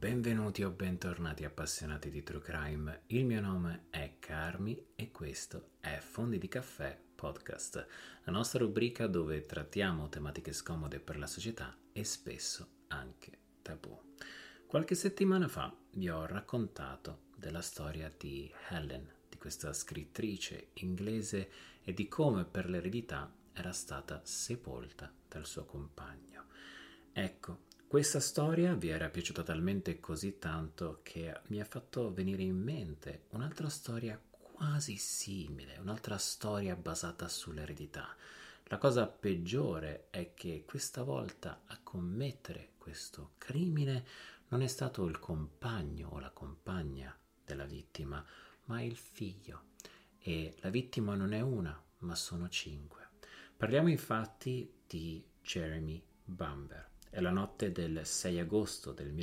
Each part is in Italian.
benvenuti o bentornati appassionati di True Crime. Il mio nome è Carmi e questo è Fondi di Caffè Podcast, la nostra rubrica dove trattiamo tematiche scomode per la società e spesso anche tabù. Qualche settimana fa vi ho raccontato della storia di Helen, di questa scrittrice inglese e di come per l'eredità era stata sepolta dal suo compagno. Ecco, questa storia vi era piaciuta talmente così tanto che mi ha fatto venire in mente un'altra storia quasi simile, un'altra storia basata sull'eredità. La cosa peggiore è che questa volta a commettere questo crimine non è stato il compagno o la compagna della vittima, ma il figlio. E la vittima non è una, ma sono 5. Parliamo infatti di Jeremy Bamber. È la notte del 6 agosto del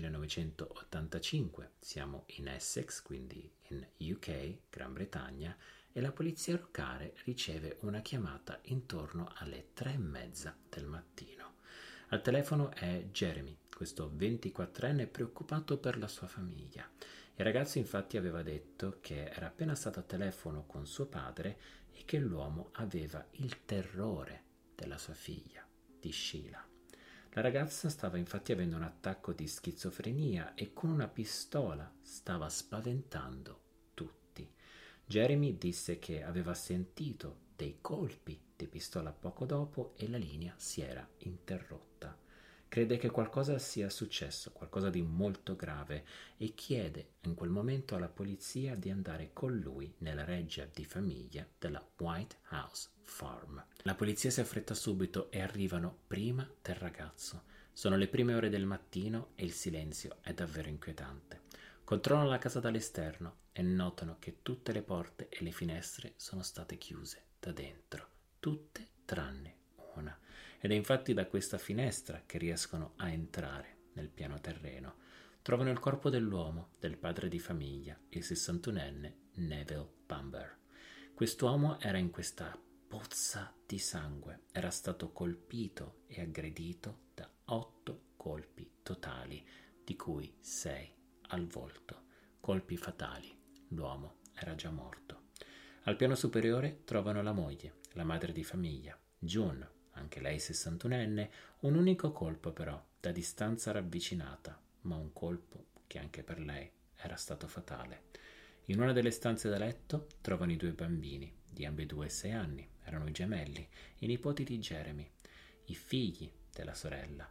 1985, siamo in Essex, quindi in UK, Gran Bretagna, e la polizia locale riceve una chiamata intorno alle 3:30 del mattino. Al telefono è Jeremy, questo 24enne preoccupato per la sua famiglia. Il ragazzo infatti aveva detto che era appena stato a telefono con suo padre e che l'uomo aveva il terrore della sua figlia, di Sheila. La ragazza stava infatti avendo un attacco di schizofrenia e con una pistola stava spaventando tutti. Jeremy disse che aveva sentito dei colpi di pistola poco dopo e la linea si era interrotta. Crede che qualcosa sia successo, qualcosa di molto grave, e chiede in quel momento alla polizia di andare con lui nella reggia di famiglia della White House Farm. La polizia si affretta subito e arrivano prima del ragazzo. Sono le prime ore del mattino e il silenzio è davvero inquietante. Controllano la casa dall'esterno e notano che tutte le porte e le finestre sono state chiuse da dentro, tutte tranne una. Ed è infatti da questa finestra che riescono a entrare nel piano terreno. Trovano il corpo dell'uomo, del padre di famiglia, il 61enne Neville Bamber. Quest'uomo era in questa pozza di sangue, era stato colpito e aggredito da 8 colpi totali, di cui 6 al volto, colpi fatali. L'uomo era già morto. Al piano superiore trovano la moglie, la madre di famiglia, June, anche lei 61enne, un unico colpo però, da distanza ravvicinata, ma un colpo che anche per lei era stato fatale. In una delle stanze da letto trovano i 2 bambini, di ambedue 6 anni, erano i gemelli, i nipoti di Jeremy, i figli della sorella.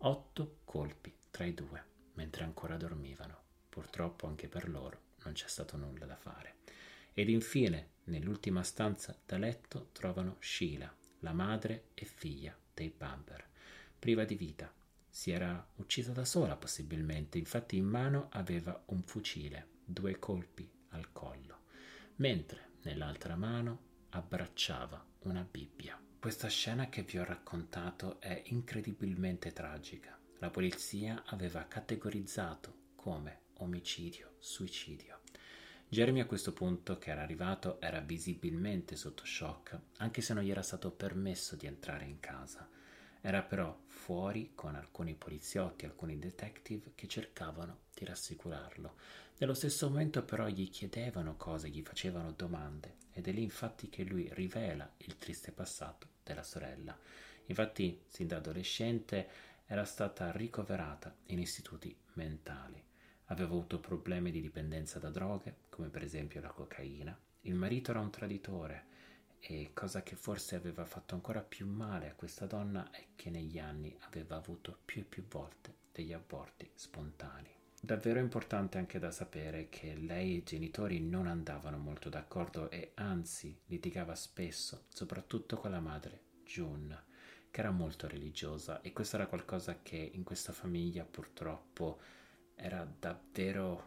8 colpi tra i 2, mentre ancora dormivano. Purtroppo anche per loro non c'è stato nulla da fare. Ed infine, nell'ultima stanza da letto, trovano Sheila, la madre e figlia dei Bamber, priva di vita. Si era uccisa da sola possibilmente, infatti in mano aveva un fucile, 2 colpi al collo, mentre nell'altra mano abbracciava una Bibbia. Questa scena che vi ho raccontato è incredibilmente tragica. La polizia aveva categorizzato come omicidio-suicidio. Jeremy a questo punto, che era arrivato, era visibilmente sotto shock, anche se non gli era stato permesso di entrare in casa. Era però fuori con alcuni poliziotti, alcuni detective che cercavano di rassicurarlo. Nello stesso momento però gli chiedevano cose, gli facevano domande, ed è lì infatti che lui rivela il triste passato della sorella. Infatti, sin da adolescente era stata ricoverata in istituti mentali. Aveva avuto problemi di dipendenza da droghe, come per esempio la cocaina. Il marito era un traditore e cosa che forse aveva fatto ancora più male a questa donna è che negli anni aveva avuto più e più volte degli aborti spontanei. Davvero importante anche da sapere che lei e i genitori non andavano molto d'accordo e anzi litigava spesso, soprattutto con la madre, June, che era molto religiosa, e questo era qualcosa che in questa famiglia purtroppo era davvero,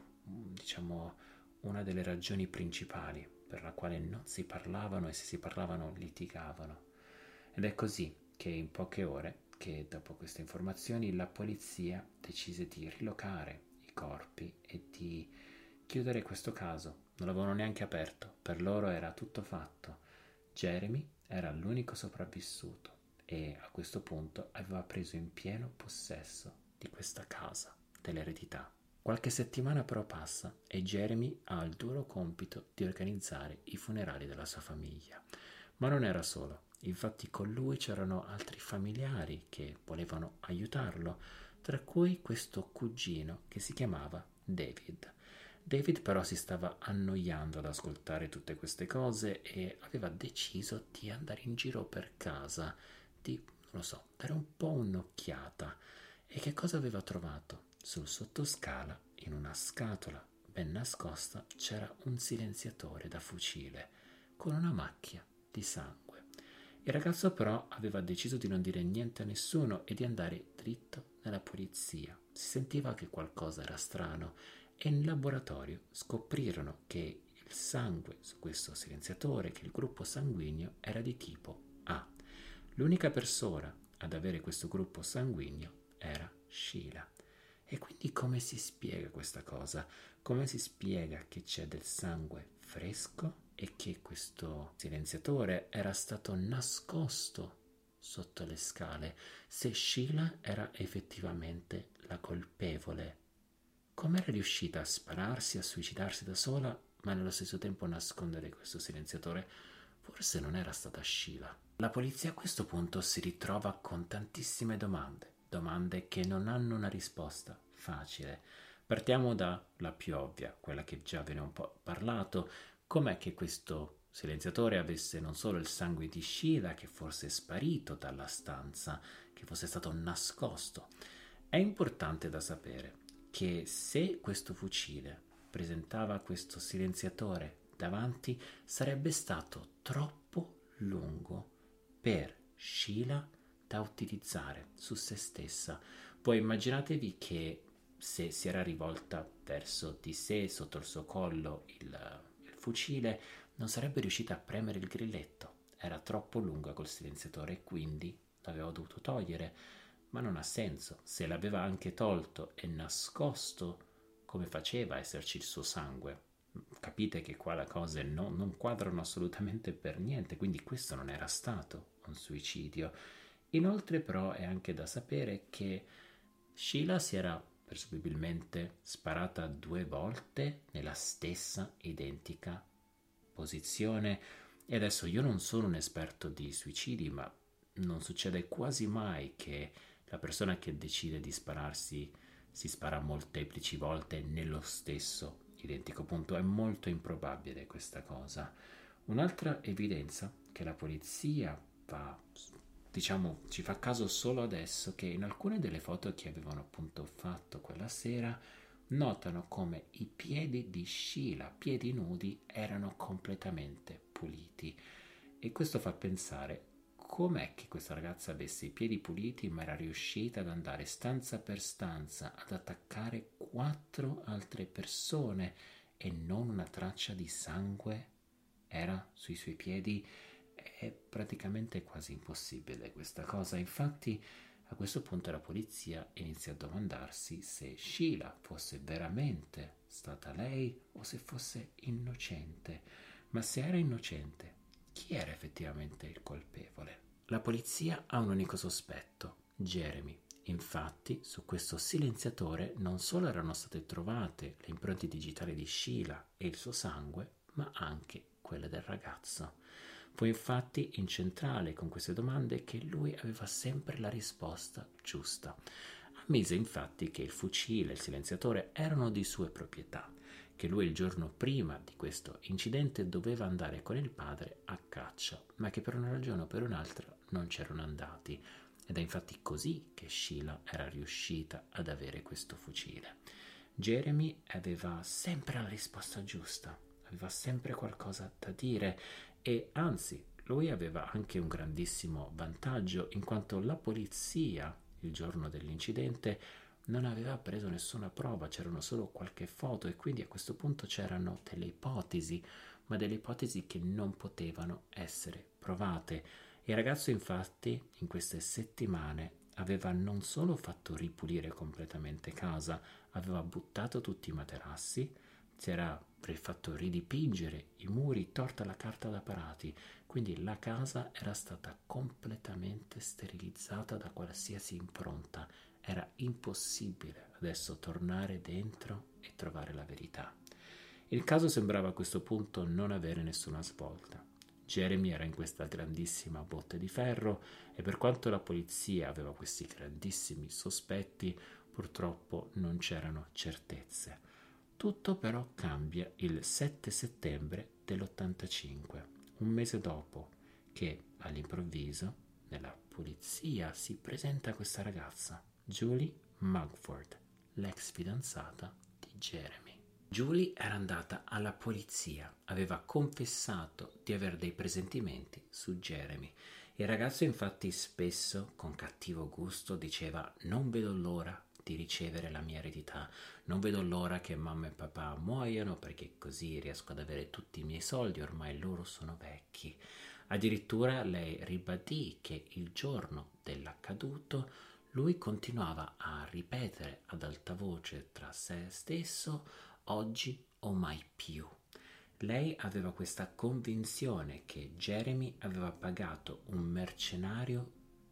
una delle ragioni principali per la quale non si parlavano, e se si parlavano litigavano. Ed è così che in poche ore, che dopo queste informazioni, la polizia decise di rilocare i corpi e di chiudere questo caso. Non l'avevano neanche aperto, per loro era tutto fatto. Jeremy era l'unico sopravvissuto e a questo punto aveva preso in pieno possesso di questa casa dell'eredità. Qualche settimana però passa e Jeremy ha il duro compito di organizzare i funerali della sua famiglia. Ma non era solo, infatti con lui c'erano altri familiari che volevano aiutarlo, tra cui questo cugino che si chiamava David. David però si stava annoiando ad ascoltare tutte queste cose e aveva deciso di andare in giro per casa, di, non lo so, dare un po' un'occhiata. E che cosa aveva trovato? Sul sottoscala, in una scatola ben nascosta, c'era un silenziatore da fucile con una macchia di sangue. Il ragazzo però aveva deciso di non dire niente a nessuno e di andare dritto nella polizia. Si sentiva che qualcosa era strano e in laboratorio scoprirono che il sangue su questo silenziatore, che il gruppo sanguigno era di tipo A. L'unica persona ad avere questo gruppo sanguigno era Sheila. E quindi come si spiega questa cosa? Come si spiega che c'è del sangue fresco e che questo silenziatore era stato nascosto sotto le scale, se Sheila era effettivamente la colpevole? Come era riuscita a spararsi, a suicidarsi da sola, ma nello stesso tempo nascondere questo silenziatore? Forse non era stata Sheila. La polizia a questo punto si ritrova con tantissime domande che non hanno una risposta facile. Partiamo dalla più ovvia, quella che già ve ne ho un po' parlato. Com'è che questo silenziatore avesse non solo il sangue di Sheila, che fosse sparito dalla stanza, che fosse stato nascosto? È importante da sapere che se questo fucile presentava questo silenziatore davanti, sarebbe stato troppo lungo per Sheila da utilizzare su se stessa. Poi immaginatevi che se si era rivolta verso di sé, sotto il suo collo, il fucile, non sarebbe riuscita a premere il grilletto. Era troppo lunga col silenziatore e quindi l'aveva dovuto togliere. Ma non ha senso. Se l'aveva anche tolto e nascosto, come faceva a esserci il suo sangue? Capite che qua le cose non quadrano assolutamente per niente, quindi questo non era stato un suicidio. Inoltre però è anche da sapere che Sheila si era presumibilmente sparata 2 volte nella stessa identica posizione e adesso io non sono un esperto di suicidi, ma non succede quasi mai che la persona che decide di spararsi si spara molteplici volte nello stesso identico punto. È molto improbabile questa cosa. Un'altra evidenza che la polizia ci fa caso solo adesso, che in alcune delle foto che avevano appunto fatto quella sera notano come i piedi di Sheila, piedi nudi, erano completamente puliti. E questo fa pensare com'è che questa ragazza avesse i piedi puliti ma era riuscita ad andare stanza per stanza ad attaccare 4 altre persone e non una traccia di sangue era sui suoi piedi. È praticamente quasi impossibile questa cosa. Infatti a questo punto la polizia inizia a domandarsi se Sheila fosse veramente stata lei o se fosse innocente. Ma se era innocente, chi era effettivamente il colpevole? La polizia ha un unico sospetto, Jeremy. Infatti, su questo silenziatore non solo erano state trovate le impronte digitali di Sheila e il suo sangue, ma anche quelle del ragazzo. Fu infatti in centrale con queste domande che lui aveva sempre la risposta giusta. Ammise infatti che il fucile e il silenziatore erano di sue proprietà, che lui il giorno prima di questo incidente doveva andare con il padre a caccia, ma che per una ragione o per un'altra non c'erano andati. Ed è infatti così che Sheila era riuscita ad avere questo fucile. Jeremy aveva sempre la risposta giusta, aveva sempre qualcosa da dire e anzi lui aveva anche un grandissimo vantaggio in quanto la polizia il giorno dell'incidente non aveva preso nessuna prova, c'erano solo qualche foto e quindi a questo punto c'erano delle ipotesi, ma delle ipotesi che non potevano essere provate. Il ragazzo infatti in queste settimane aveva non solo fatto ripulire completamente casa, aveva buttato tutti i materassi, si era fatto ridipingere i muri, torta la carta da parati, quindi la casa era stata completamente sterilizzata da qualsiasi impronta. era impossibile adesso tornare dentro e trovare la verità. Il caso sembrava a questo punto non avere nessuna svolta. Jeremy era in questa grandissima botte di ferro e per quanto la polizia aveva questi grandissimi sospetti, purtroppo non c'erano certezze. Tutto però cambia il 7 settembre dell'85, un mese dopo che all'improvviso nella polizia si presenta questa ragazza, Julie Mugford, l'ex fidanzata di Jeremy. Julie era andata alla polizia, aveva confessato di avere dei presentimenti su Jeremy. Il ragazzo infatti spesso, con cattivo gusto, diceva: non vedo l'ora di ricevere la mia eredità, non vedo l'ora che mamma e papà muoiano perché così riesco ad avere tutti i miei soldi, ormai loro sono vecchi. Addirittura lei ribadì che il giorno dell'accaduto lui continuava a ripetere ad alta voce tra se stesso: oggi o mai più. Lei aveva questa convinzione che Jeremy aveva pagato un mercenario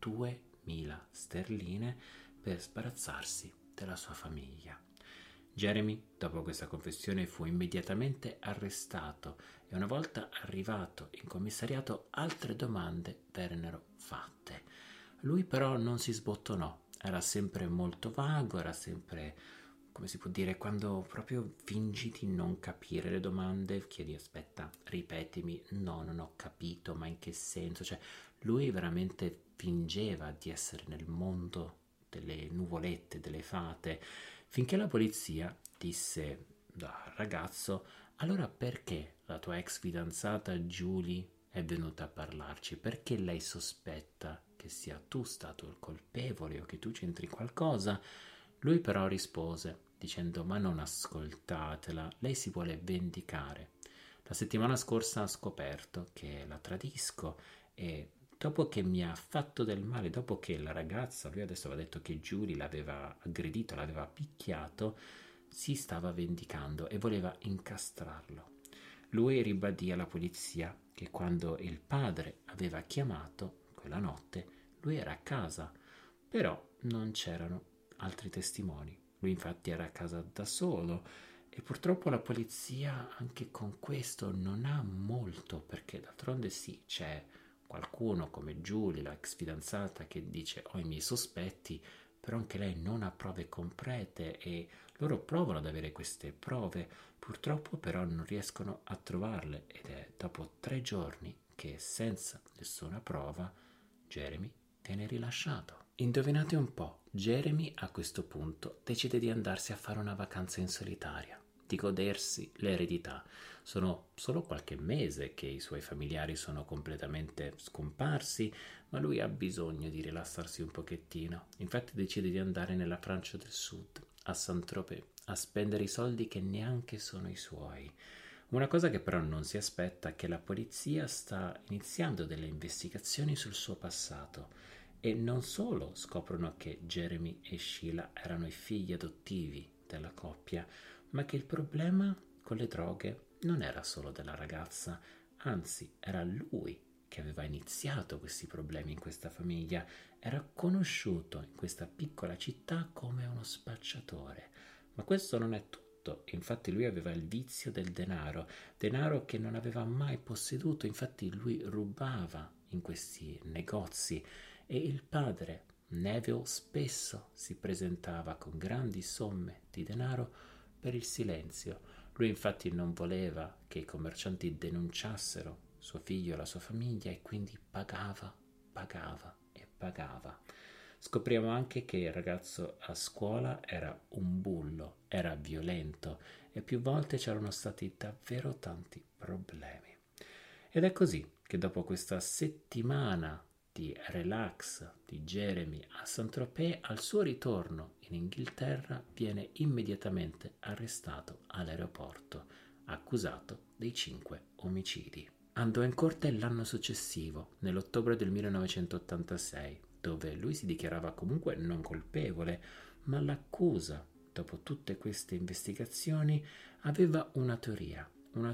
2000 sterline per sbarazzarsi della sua famiglia. Jeremy, dopo questa confessione, fu immediatamente arrestato e una volta arrivato in commissariato altre domande vennero fatte. Lui però non si sbottonò, era sempre molto vago, era sempre, come si può dire, quando proprio fingi di non capire le domande, chiedi: aspetta, ripetimi, no, non ho capito, ma in che senso? Cioè, lui veramente fingeva di essere nel mondo delle nuvolette, delle fate, finché la polizia disse al ragazzo: allora perché la tua ex fidanzata Julie è venuta a parlarci? Perché lei sospetta che sia tu stato il colpevole o che tu c'entri qualcosa? Lui però rispose dicendo: ma non ascoltatela, lei si vuole vendicare. La settimana scorsa ha scoperto che la tradisco e dopo che mi ha fatto del male, dopo che la ragazza, lui adesso aveva detto che Julie l'aveva aggredito, l'aveva picchiato, si stava vendicando e voleva incastrarlo. Lui ribadì alla polizia che quando il padre aveva chiamato quella notte, lui era a casa, però non c'erano altri testimoni. Lui infatti era a casa da solo e purtroppo la polizia anche con questo non ha molto, perché d'altronde sì, c'è qualcuno come Julie, la ex fidanzata, che dice: ho i miei sospetti, però anche lei non ha prove concrete e loro provano ad avere queste prove, purtroppo però non riescono a trovarle ed è dopo 3 giorni che senza nessuna prova Jeremy viene rilasciato. Indovinate un po', Jeremy a questo punto decide di andarsi a fare una vacanza in solitaria, di godersi l'eredità. Sono solo qualche mese che i suoi familiari sono completamente scomparsi, ma lui ha bisogno di rilassarsi un pochettino. Infatti decide di andare nella Francia del Sud, a Saint-Tropez, a spendere i soldi che neanche sono i suoi. Una cosa che però non si aspetta è che la polizia sta iniziando delle investigazioni sul suo passato. E non solo scoprono che Jeremy e Sheila erano i figli adottivi della coppia, ma che il problema con le droghe non era solo della ragazza, anzi era lui che aveva iniziato questi problemi in questa famiglia. Era conosciuto in questa piccola città come uno spacciatore. Ma questo non è tutto, infatti lui aveva il vizio del denaro che non aveva mai posseduto, infatti lui rubava in questi negozi. E il padre, Neville, spesso si presentava con grandi somme di denaro per il silenzio. Lui infatti non voleva che i commercianti denunciassero suo figlio e la sua famiglia e quindi pagava e pagava. Scopriamo anche che il ragazzo a scuola era un bullo, era violento e più volte c'erano stati davvero tanti problemi. Ed è così che dopo questa settimana di relax di Jeremy a Saint-Tropez, al suo ritorno in Inghilterra viene immediatamente arrestato all'aeroporto, accusato dei 5 omicidi. Andò in corte l'anno successivo, nell'ottobre del 1986, dove lui si dichiarava comunque non colpevole, ma l'accusa, dopo tutte queste investigazioni, aveva una teoria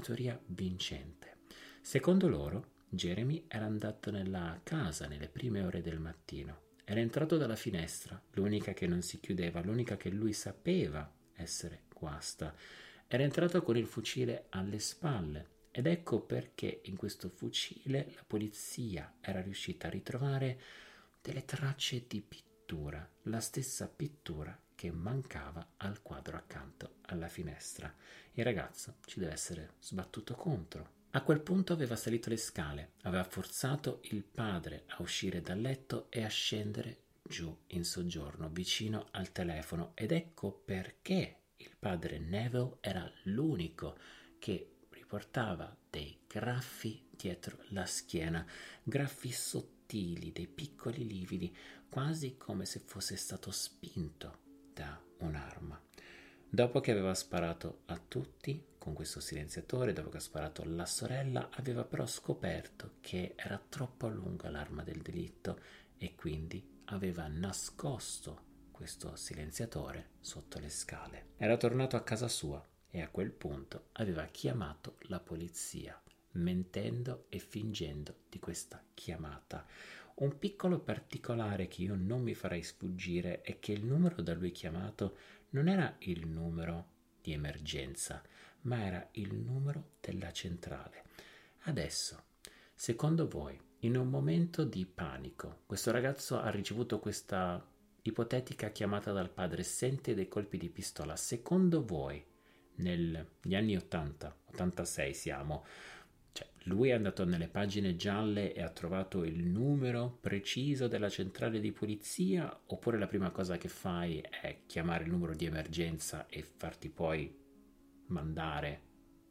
vincente. Secondo loro, Jeremy era andato nella casa nelle prime ore del mattino era entrato dalla finestra, l'unica che non si chiudeva, l'unica che lui sapeva essere guasta. Era entrato con il fucile alle spalle ed ecco perché in questo fucile la polizia era riuscita a ritrovare delle tracce di pittura, la stessa pittura che mancava al quadro accanto alla finestra. Il ragazzo ci deve essere sbattuto contro. A quel punto aveva salito le scale, aveva forzato il padre a uscire dal letto e a scendere giù in soggiorno, vicino al telefono, ed ecco perché il padre Neville era l'unico che riportava dei graffi dietro la schiena, graffi sottili, dei piccoli lividi, quasi come se fosse stato spinto da un'arma. Dopo che aveva sparato a tutti con questo silenziatore, dopo che ha sparato alla sorella, aveva però scoperto che era troppo lunga l'arma del delitto e quindi aveva nascosto questo silenziatore sotto le scale. Era tornato a casa sua e a quel punto aveva chiamato la polizia, mentendo e fingendo di questa chiamata. Un piccolo particolare che io non mi farei sfuggire è che il numero da lui chiamato non era il numero di emergenza, ma era il numero della centrale. Adesso, secondo voi, in un momento di panico, questo ragazzo ha ricevuto questa ipotetica chiamata dal padre, sente dei colpi di pistola. Secondo voi, negli anni 80, 86 siamo, cioè lui è andato nelle pagine gialle e ha trovato il numero preciso della centrale di polizia, oppure la prima cosa che fai è chiamare il numero di emergenza e farti poi mandare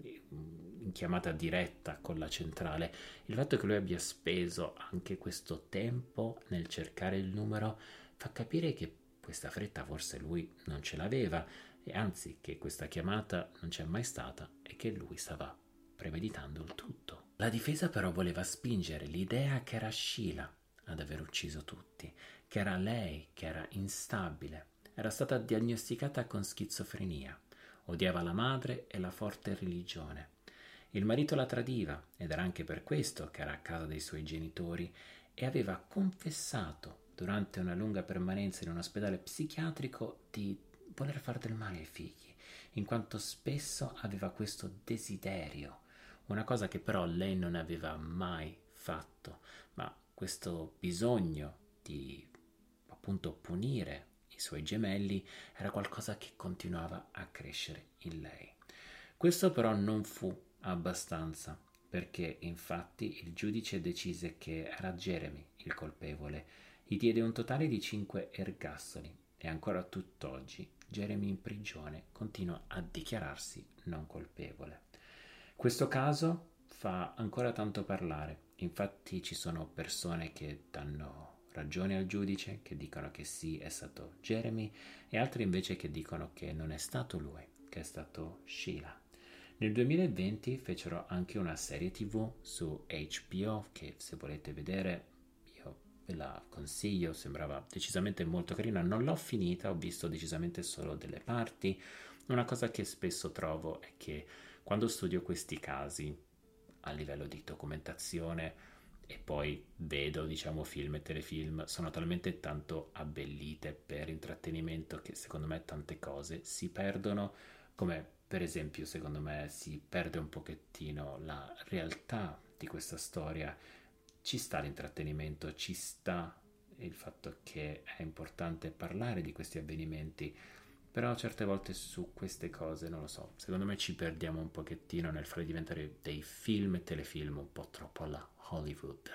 in chiamata diretta con la centrale? Il fatto che lui abbia speso anche questo tempo nel cercare il numero fa capire che questa fretta forse lui non ce l'aveva, e anzi che questa chiamata non c'è mai stata e che lui stava premeditando il tutto. La difesa però voleva spingere l'idea che era Sheila ad aver ucciso tutti, che era lei che era instabile, era stata diagnosticata con schizofrenia, odiava la madre e la forte religione. Il marito la tradiva ed era anche per questo che era a casa dei suoi genitori e aveva confessato durante una lunga permanenza in un ospedale psichiatrico di voler far del male ai figli, in quanto spesso aveva questo desiderio, una cosa che però lei non aveva mai fatto, ma questo bisogno di appunto punire i suoi gemelli era qualcosa che continuava a crescere in lei. Questo però non fu abbastanza, perché infatti il giudice decise che era Jeremy il colpevole, gli diede un totale di 5 ergastoli e ancora tutt'oggi Jeremy in prigione continua a dichiararsi non colpevole. Questo caso fa ancora tanto parlare, infatti ci sono persone che danno ragione al giudice, che dicono che sì, è stato Jeremy, e altri invece che dicono che non è stato lui, che è stato Sheila. Nel 2020 fecero anche una serie TV su HBO che, se volete vedere, io ve la consiglio, sembrava decisamente molto carina. Non l'ho finita, ho visto decisamente solo delle parti. Una cosa che spesso trovo è che quando studio questi casi a livello di documentazione e poi vedo, diciamo, film e telefilm, sono talmente tanto abbellite per intrattenimento che secondo me tante cose si perdono, come per esempio secondo me si perde un pochettino la realtà di questa storia. Ci sta l'intrattenimento, ci sta il fatto che è importante parlare di questi avvenimenti, però certe volte su queste cose, non lo so, secondo me ci perdiamo un pochettino nel fare diventare dei film e telefilm un po' troppo alla Hollywood.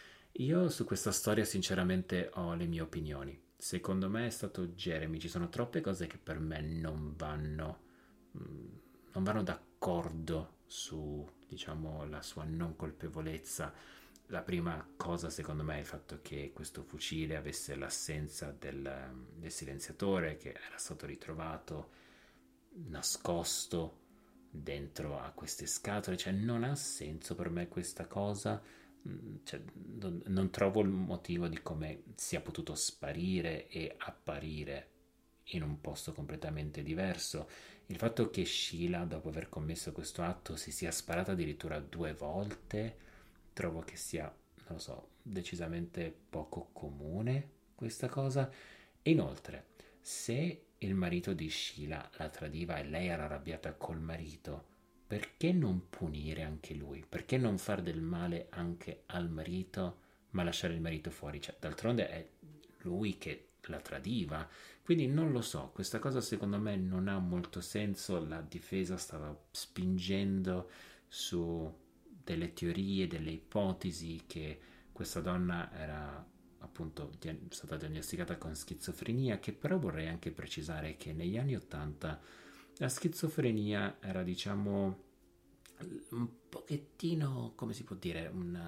Io su questa storia sinceramente ho le mie opinioni. Secondo me è stato Jeremy, ci sono troppe cose che per me non vanno d'accordo su, diciamo, la sua non colpevolezza. La prima cosa secondo me è il fatto che questo fucile avesse l'assenza del silenziatore, che era stato ritrovato nascosto dentro a queste scatole, cioè non ha senso per me questa cosa. Cioè, non trovo il motivo di come sia potuto sparire e apparire in un posto completamente diverso. Il fatto che Sheila, dopo aver commesso questo atto, si sia sparata addirittura 2 volte, trovo che sia, non lo so, decisamente poco comune questa cosa? E inoltre, se il marito di Sheila la tradiva e lei era arrabbiata col marito, perché non punire anche lui? Perché non far del male anche al marito, ma lasciare il marito fuori? Cioè, d'altronde è lui che la tradiva. Quindi non lo so, questa cosa secondo me non ha molto senso. La difesa stava spingendo su delle teorie, delle ipotesi che questa donna era appunto stata diagnosticata con schizofrenia, che però vorrei anche precisare che negli anni 80 la schizofrenia era, diciamo, un pochettino, come si può dire,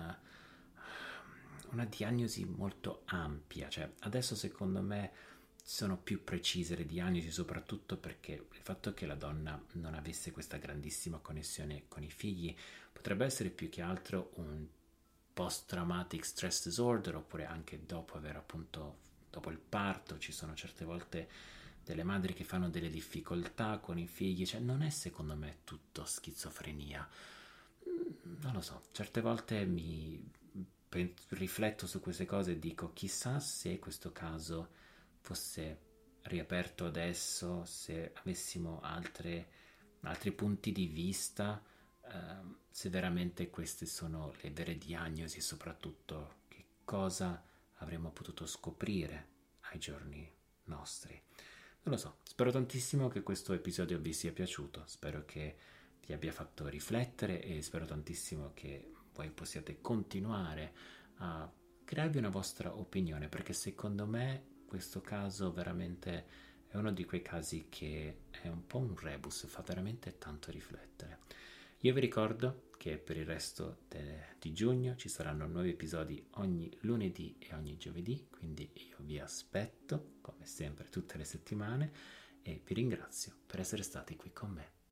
una diagnosi molto ampia. Cioè, adesso secondo me sono più precise le diagnosi, soprattutto perché il fatto che la donna non avesse questa grandissima connessione con i figli potrebbe essere più che altro un post-traumatic stress disorder, oppure anche dopo aver appunto, dopo il parto, ci sono certe volte delle madri che fanno delle difficoltà con i figli, cioè non è secondo me tutto schizofrenia. Non lo so, certe volte rifletto su queste cose e dico chissà se questo caso fosse riaperto adesso, se avessimo altri punti di vista, se veramente queste sono le vere diagnosi e soprattutto che cosa avremmo potuto scoprire ai giorni nostri. Non lo so, spero tantissimo che questo episodio vi sia piaciuto, spero che vi abbia fatto riflettere e spero tantissimo che voi possiate continuare a crearvi una vostra opinione, perché secondo me questo caso veramente è uno di quei casi che è un po' un rebus, fa veramente tanto riflettere. Io vi ricordo che per il resto di giugno ci saranno nuovi episodi ogni lunedì e ogni giovedì, quindi io vi aspetto come sempre tutte le settimane e vi ringrazio per essere stati qui con me.